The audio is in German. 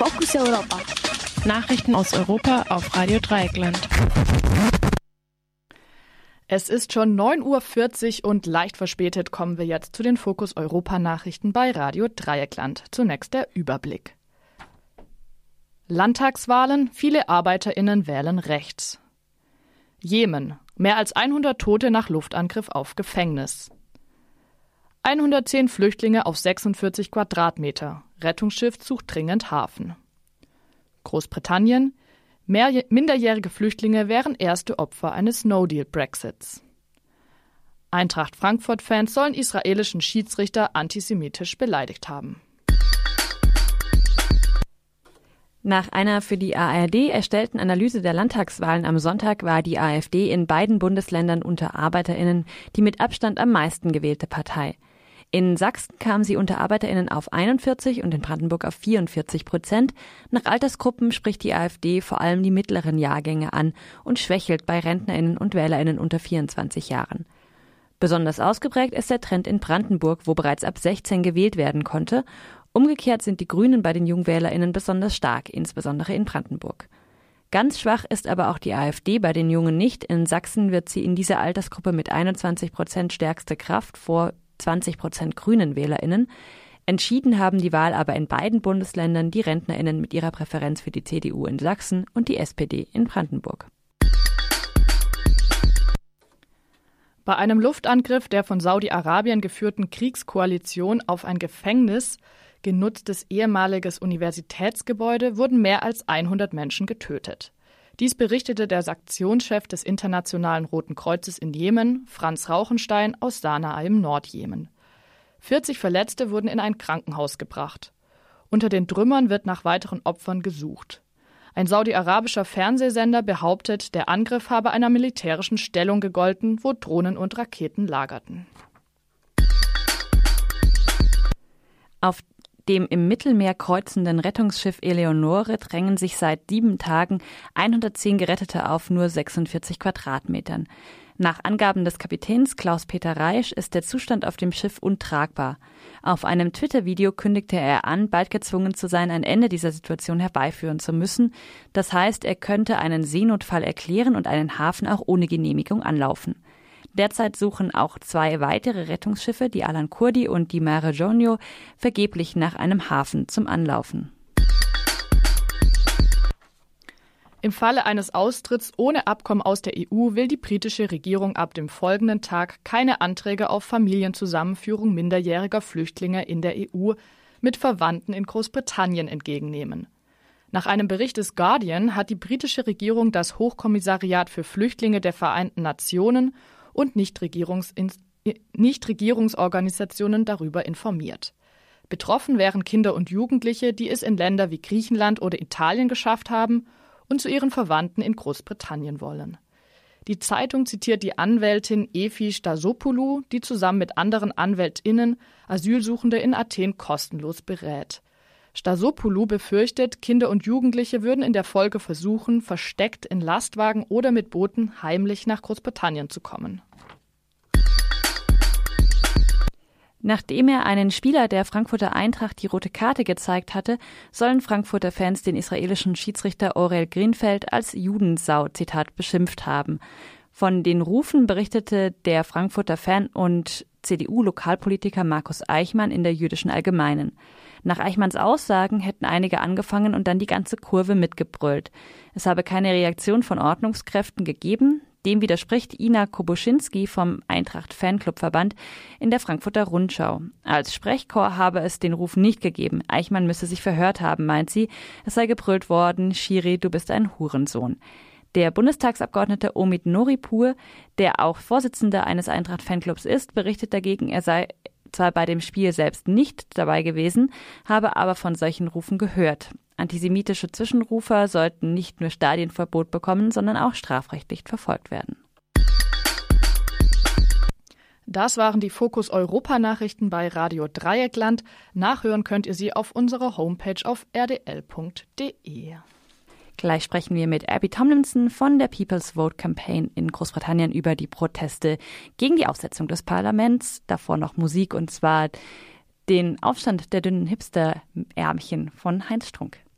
Fokus Europa. Nachrichten aus Europa auf Radio Dreieckland. Es ist schon 9:40 Uhr und leicht verspätet kommen wir jetzt zu den Fokus Europa Nachrichten bei Radio Dreieckland. Zunächst der Überblick. Landtagswahlen, viele ArbeiterInnen wählen rechts. Jemen, mehr als 100 Tote nach Luftangriff auf Gefängnis. 110 Flüchtlinge auf 46 Quadratmeter. Rettungsschiff sucht dringend Hafen. Großbritannien, minderjährige Flüchtlinge wären erste Opfer eines No-Deal-Brexits. Eintracht Frankfurt-Fans sollen israelischen Schiedsrichter antisemitisch beleidigt haben. Nach einer für die ARD erstellten Analyse der Landtagswahlen am Sonntag war die AfD in beiden Bundesländern unter ArbeiterInnen die mit Abstand am meisten gewählte Partei. In Sachsen kam sie unter ArbeiterInnen auf 41 und in Brandenburg auf 44%. Nach Altersgruppen spricht die AfD vor allem die mittleren Jahrgänge an und schwächelt bei RentnerInnen und WählerInnen unter 24 Jahren. Besonders ausgeprägt ist der Trend in Brandenburg, wo bereits ab 16 gewählt werden konnte. Umgekehrt sind die Grünen bei den JungwählerInnen besonders stark, insbesondere in Brandenburg. Ganz schwach ist aber auch die AfD bei den Jungen nicht. In Sachsen wird sie in dieser Altersgruppe mit 21% stärkste Kraft vor 20% grünen WählerInnen. Entschieden haben die Wahl aber in beiden Bundesländern die RentnerInnen mit ihrer Präferenz für die CDU in Sachsen und die SPD in Brandenburg. Bei einem Luftangriff der von Saudi-Arabien geführten Kriegskoalition auf ein Gefängnis, genutztes ehemaliges Universitätsgebäude, wurden mehr als 100 Menschen getötet. Dies berichtete der Sektionschef des Internationalen Roten Kreuzes in Jemen, Franz Rauchenstein aus Sanaa im Nordjemen. 40 Verletzte wurden in ein Krankenhaus gebracht. Unter den Trümmern wird nach weiteren Opfern gesucht. Ein saudi-arabischer Fernsehsender behauptet, der Angriff habe einer militärischen Stellung gegolten, wo Drohnen und Raketen lagerten. Auf dem im Mittelmeer kreuzenden Rettungsschiff Eleonore drängen sich seit 7 Tagen 110 Gerettete auf nur 46 Quadratmetern. Nach Angaben des Kapitäns Klaus-Peter Reisch ist der Zustand auf dem Schiff untragbar. Auf einem Twitter-Video kündigte er an, bald gezwungen zu sein, ein Ende dieser Situation herbeiführen zu müssen. Das heißt, er könnte einen Seenotfall erklären und einen Hafen auch ohne Genehmigung anlaufen. Derzeit suchen auch 2 weitere Rettungsschiffe, die Alan Kurdi und die Mare Jonio, vergeblich nach einem Hafen zum Anlaufen. Im Falle eines Austritts ohne Abkommen aus der EU will die britische Regierung ab dem folgenden Tag keine Anträge auf Familienzusammenführung minderjähriger Flüchtlinge in der EU mit Verwandten in Großbritannien entgegennehmen. Nach einem Bericht des Guardian hat die britische Regierung das Hochkommissariat für Flüchtlinge der Vereinten Nationen und Nichtregierungsorganisationen darüber informiert. Betroffen wären Kinder und Jugendliche, die es in Länder wie Griechenland oder Italien geschafft haben und zu ihren Verwandten in Großbritannien wollen. Die Zeitung zitiert die Anwältin Efi Stasopoulou, die zusammen mit anderen AnwältInnen Asylsuchende in Athen kostenlos berät. Stasopoulou befürchtet, Kinder und Jugendliche würden in der Folge versuchen, versteckt in Lastwagen oder mit Booten heimlich nach Großbritannien zu kommen. Nachdem er einen Spieler der Frankfurter Eintracht die rote Karte gezeigt hatte, sollen Frankfurter Fans den israelischen Schiedsrichter Orel Greenfeld als Judensau, Zitat, beschimpft haben. Von den Rufen berichtete der Frankfurter Fan und CDU-Lokalpolitiker Markus Eichmann in der Jüdischen Allgemeinen. Nach Eichmanns Aussagen hätten einige angefangen und dann die ganze Kurve mitgebrüllt. Es habe keine Reaktion von Ordnungskräften gegeben. Dem widerspricht Ina Kobuschinski vom Eintracht-Fanclub-Verband in der Frankfurter Rundschau. Als Sprechchor habe es den Ruf nicht gegeben. Eichmann müsse sich verhört haben, meint sie. Es sei gebrüllt worden, Schiri, du bist ein Hurensohn. Der Bundestagsabgeordnete Omid Noripur, der auch Vorsitzender eines Eintracht-Fanclubs ist, berichtet dagegen, er sei zwar bei dem Spiel selbst nicht dabei gewesen, habe aber von solchen Rufen gehört. Antisemitische Zwischenrufer sollten nicht nur Stadienverbot bekommen, sondern auch strafrechtlich verfolgt werden. Das waren die Fokus Europa-Nachrichten bei Radio Dreieckland. Nachhören könnt ihr sie auf unserer Homepage auf rdl.de. Gleich sprechen wir mit Abby Tomlinson von der People's Vote Campaign in Großbritannien über die Proteste gegen die Aussetzung des Parlaments. Davor noch Musik, und zwar den Aufstand der dünnen Hipster-Ärmchen von Heinz Strunk.